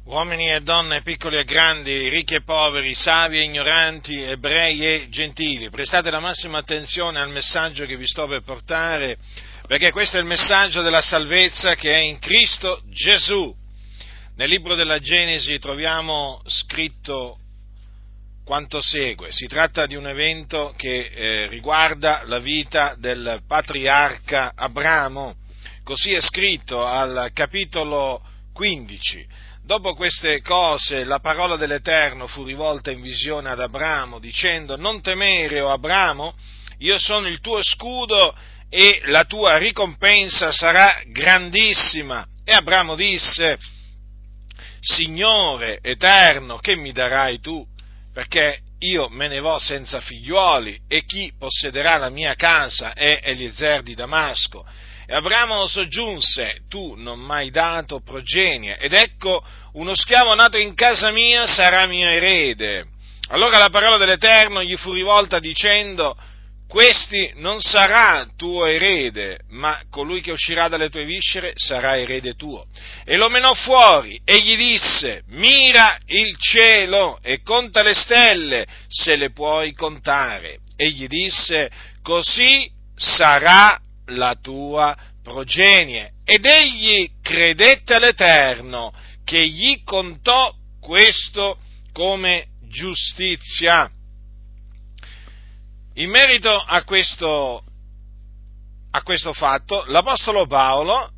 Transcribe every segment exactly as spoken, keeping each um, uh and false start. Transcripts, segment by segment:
uomini e donne, piccoli e grandi, ricchi e poveri, savi e ignoranti, ebrei e gentili, prestate la massima attenzione al messaggio che vi sto per portare, perché questo è il messaggio della salvezza che è in Cristo Gesù. Nel libro della Genesi troviamo scritto quanto segue. Si tratta di un evento che eh, riguarda la vita del patriarca Abramo. Così è scritto al capitolo quindici. Dopo queste cose la parola dell'Eterno fu rivolta in visione ad Abramo, dicendo: non temere, o Abramo, io sono il tuo scudo e la tua ricompensa sarà grandissima. E Abramo disse: Signore eterno, che mi darai tu? Perché io me ne vo senza figliuoli, e chi possederà la mia casa è Eliezer di Damasco. E Abramo soggiunse: tu non m'hai dato progenie, ed ecco, uno schiavo nato in casa mia sarà mio erede. Allora la parola dell'Eterno gli fu rivolta dicendo: questi non sarà tuo erede, ma colui che uscirà dalle tue viscere sarà erede tuo. E lo menò fuori e gli disse: mira il cielo e conta le stelle, se le puoi contare. E gli disse: così sarà la tua progenie. Ed egli credette all'Eterno, che gli contò questo come giustizia. In merito a questo, a questo fatto, l'Apostolo Paolo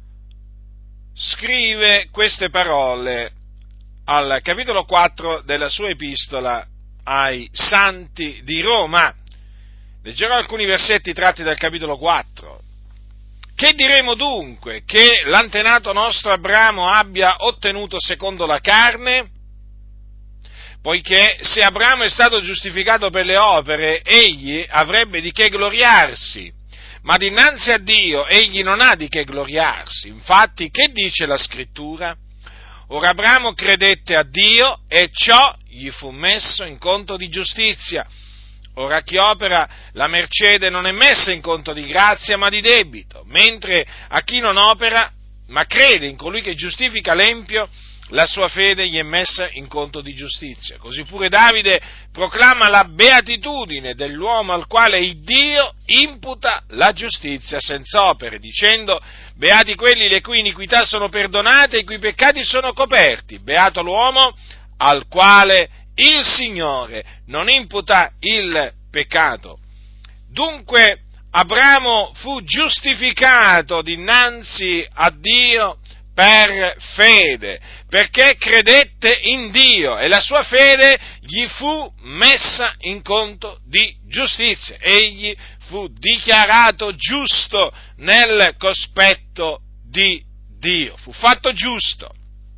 scrive queste parole al capitolo quattro della sua epistola ai Santi di Roma. Leggerò alcuni versetti tratti dal capitolo quattro. Che diremo dunque? Che l'antenato nostro Abramo abbia ottenuto secondo la carne? Poiché se Abramo è stato giustificato per le opere, egli avrebbe di che gloriarsi, ma dinanzi a Dio egli non ha di che gloriarsi. Infatti, che dice la Scrittura? Ora Abramo credette a Dio e ciò gli fu messo in conto di giustizia. Ora chi opera la mercede non è messa in conto di grazia, ma di debito, mentre a chi non opera, ma crede in colui che giustifica l'empio, la sua fede gli è messa in conto di giustizia. Così pure Davide proclama la beatitudine dell'uomo al quale il Dio imputa la giustizia senza opere, dicendo: beati quelli le cui iniquità sono perdonate e i cui peccati sono coperti. Beato l'uomo al quale il Signore non imputa il peccato. Dunque Abramo fu giustificato dinanzi a Dio per fede, perché credette in Dio e la sua fede gli fu messa in conto di giustizia. Egli fu dichiarato giusto nel cospetto di Dio, fu fatto giusto.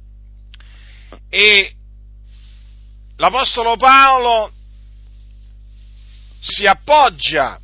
E l'Apostolo Paolo si appoggia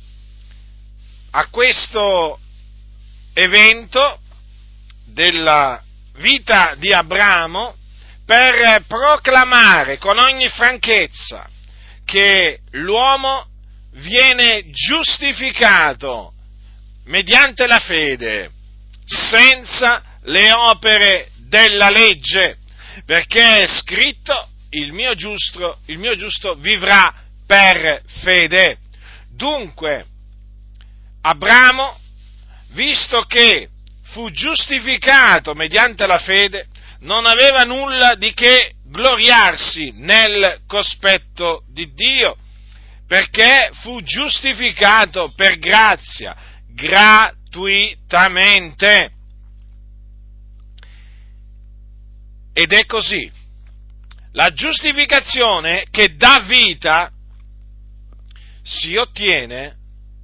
a questo evento della vita di Abramo per proclamare con ogni franchezza che l'uomo viene giustificato mediante la fede, senza le opere della legge, perché è scritto: il mio giusto, il mio giusto vivrà per fede. Dunque, Abramo, visto che fu giustificato mediante la fede, non aveva nulla di che gloriarsi nel cospetto di Dio, perché fu giustificato per grazia, gratuitamente. Ed è così. La giustificazione che dà vita si ottiene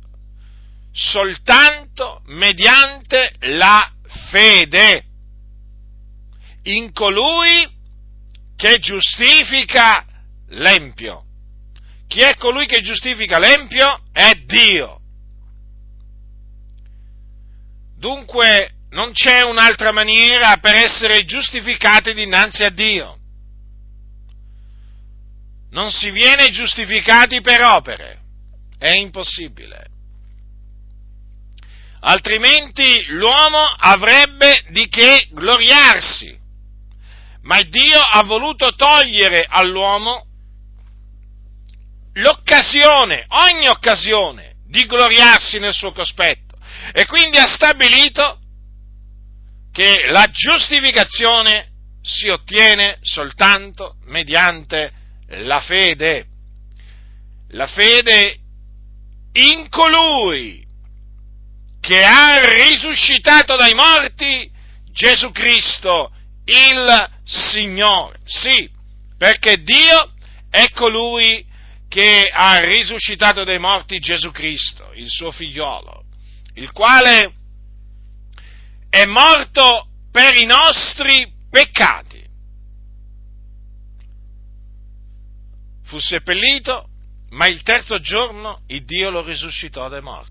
soltanto mediante la fede in colui che giustifica l'empio. Chi è colui che giustifica l'empio? È Dio. Dunque non c'è un'altra maniera per essere giustificati dinanzi a Dio. Non si viene giustificati per opere, è impossibile. Altrimenti l'uomo avrebbe di che gloriarsi. ma Dio ha voluto togliere all'uomo l'occasione, ogni occasione di gloriarsi nel suo cospetto, e quindi ha stabilito che la giustificazione si ottiene soltanto mediante la fede, la fede in colui che ha risuscitato dai morti Gesù Cristo, il Signore. Sì, perché Dio è colui che ha risuscitato dai morti Gesù Cristo, il suo figliolo, il quale è morto per i nostri peccati. Fu seppellito, ma il terzo giorno il Dio lo risuscitò dai morti.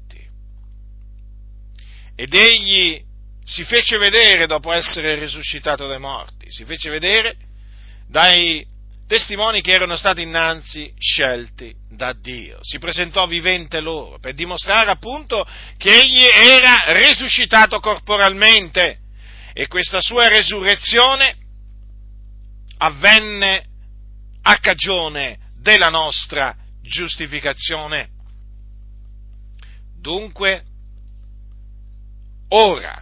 Ed egli si fece vedere dopo essere risuscitato dai morti, si fece vedere dai testimoni che erano stati innanzi scelti da Dio. Si presentò vivente loro per dimostrare appunto che egli era risuscitato corporalmente, e questa sua resurrezione avvenne a cagione della nostra giustificazione. Dunque, ora,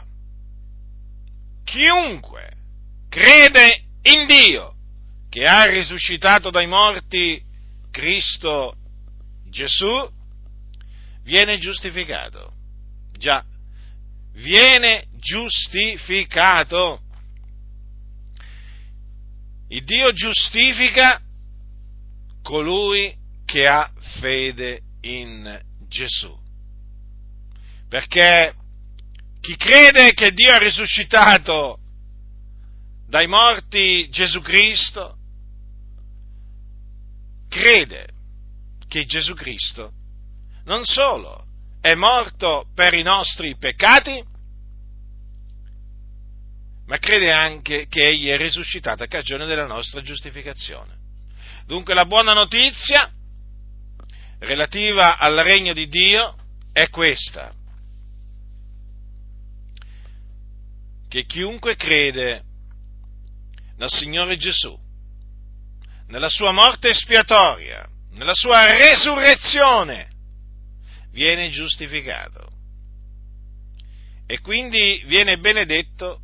chiunque crede in Dio, che ha risuscitato dai morti Cristo Gesù, viene giustificato. Già, viene giustificato. Il Dio giustifica colui che ha fede in Gesù. Perché chi crede che Dio ha risuscitato dai morti Gesù Cristo, crede che Gesù Cristo non solo è morto per i nostri peccati, ma crede anche che egli è risuscitato a cagione della nostra giustificazione. Dunque la buona notizia relativa al regno di Dio è questa: che chiunque crede nel Signore Gesù, nella sua morte espiatoria, nella sua resurrezione, viene giustificato e quindi viene benedetto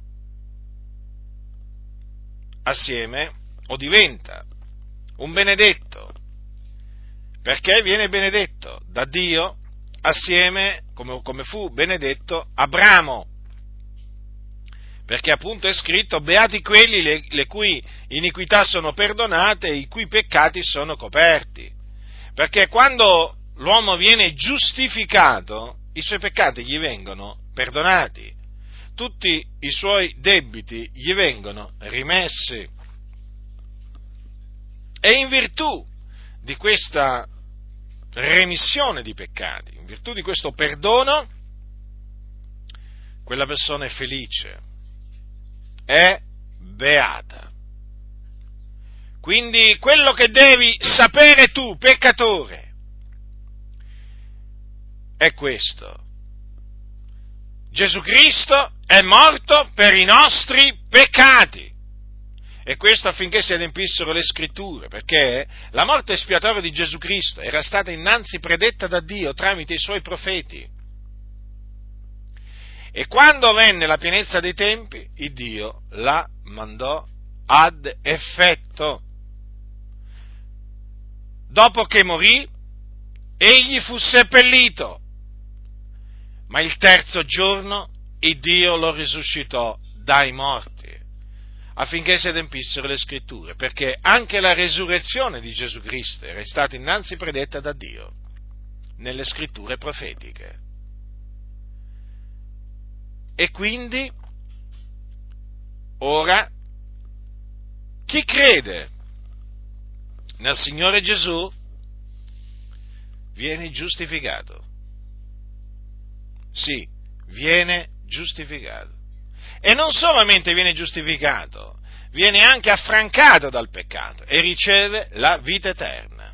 assieme, o diventa un benedetto, perché viene benedetto da Dio assieme, come, come fu benedetto Abramo, perché appunto è scritto: beati quelli le, le cui iniquità sono perdonate e i cui peccati sono coperti. Perché quando l'uomo viene giustificato, i suoi peccati gli vengono perdonati, tutti i suoi debiti gli vengono rimessi. E in virtù di questa remissione di peccati, in virtù di questo perdono, quella persona è felice, è beata. Quindi quello che devi sapere tu, peccatore, è questo: Gesù Cristo è morto per i nostri peccati, e questo affinché si adempissero le scritture, perché la morte espiatoria di Gesù Cristo era stata innanzi predetta da Dio tramite i suoi profeti, e quando venne la pienezza dei tempi, il Dio la mandò ad effetto. Dopo che morì, egli fu seppellito, ma il terzo giorno il Dio lo risuscitò dai morti, affinché si adempissero le scritture, perché anche la resurrezione di Gesù Cristo era stata innanzi predetta da Dio nelle scritture profetiche. E quindi ora chi crede nel Signore Gesù viene giustificato. Sì, viene giustificato. E non solamente viene giustificato, viene anche affrancato dal peccato e riceve la vita eterna.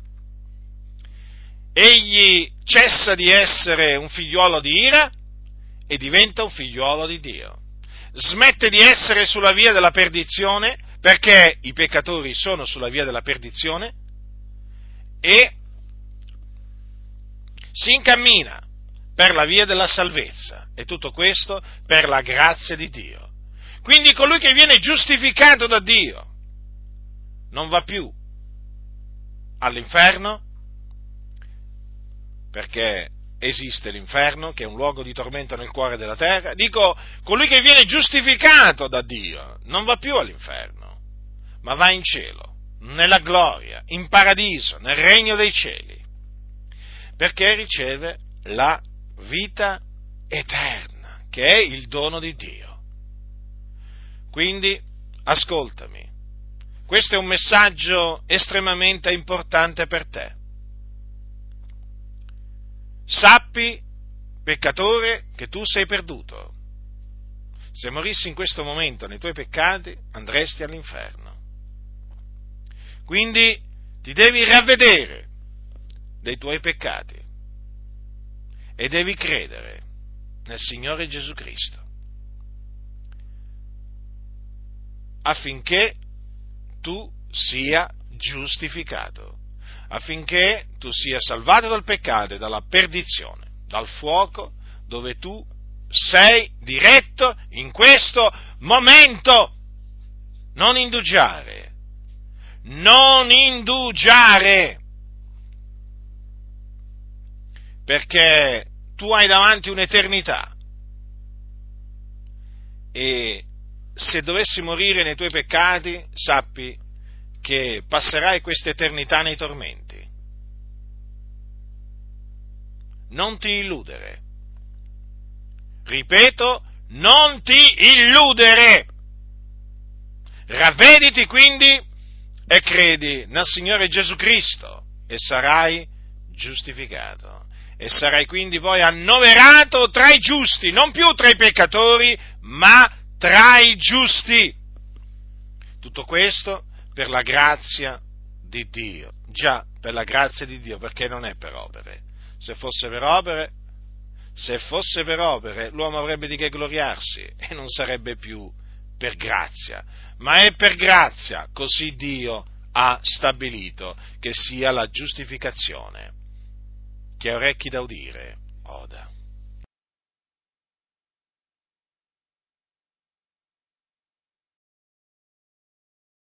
Egli cessa di essere un figliuolo di ira e diventa un figliuolo di Dio. Smette di essere sulla via della perdizione perché i peccatori sono sulla via della perdizione e si incammina per la via della salvezza, e tutto questo per la grazia di Dio. Quindi colui che viene giustificato da Dio non va più all'inferno, perché esiste l'inferno, che è un luogo di tormento nel cuore della terra. Dico, colui che viene giustificato da Dio non va più all'inferno, ma va in cielo, nella gloria, in paradiso, nel regno dei cieli, perché riceve la vita eterna, che è il dono di Dio. Quindi, ascoltami, questo è un messaggio estremamente importante per te. Sappi, peccatore, che tu sei perduto. Se morissi in questo momento nei tuoi peccati, andresti all'inferno. Quindi ti devi ravvedere dei tuoi peccati e devi credere nel Signore Gesù Cristo, affinché tu sia giustificato, affinché tu sia salvato dal peccato e dalla perdizione, dal fuoco dove tu sei diretto in questo momento. Non indugiare, non indugiare, perché tu hai davanti un'eternità e se dovessi morire nei tuoi peccati, sappi che passerai questa eternità nei tormenti. Non ti illudere. Ripeto, non ti illudere. Ravvediti quindi e credi nel Signore Gesù Cristo e sarai giustificato. E sarai quindi poi annoverato tra i giusti, non più tra i peccatori, ma tra i giusti. Tutto questo per la grazia di Dio. Già, per la grazia di Dio, perché non è per opere. Se fosse per opere, se fosse per opere, l'uomo avrebbe di che gloriarsi e non sarebbe più per grazia, ma è per grazia, così Dio ha stabilito che sia la giustificazione. Chi ha orecchi da udire, oda.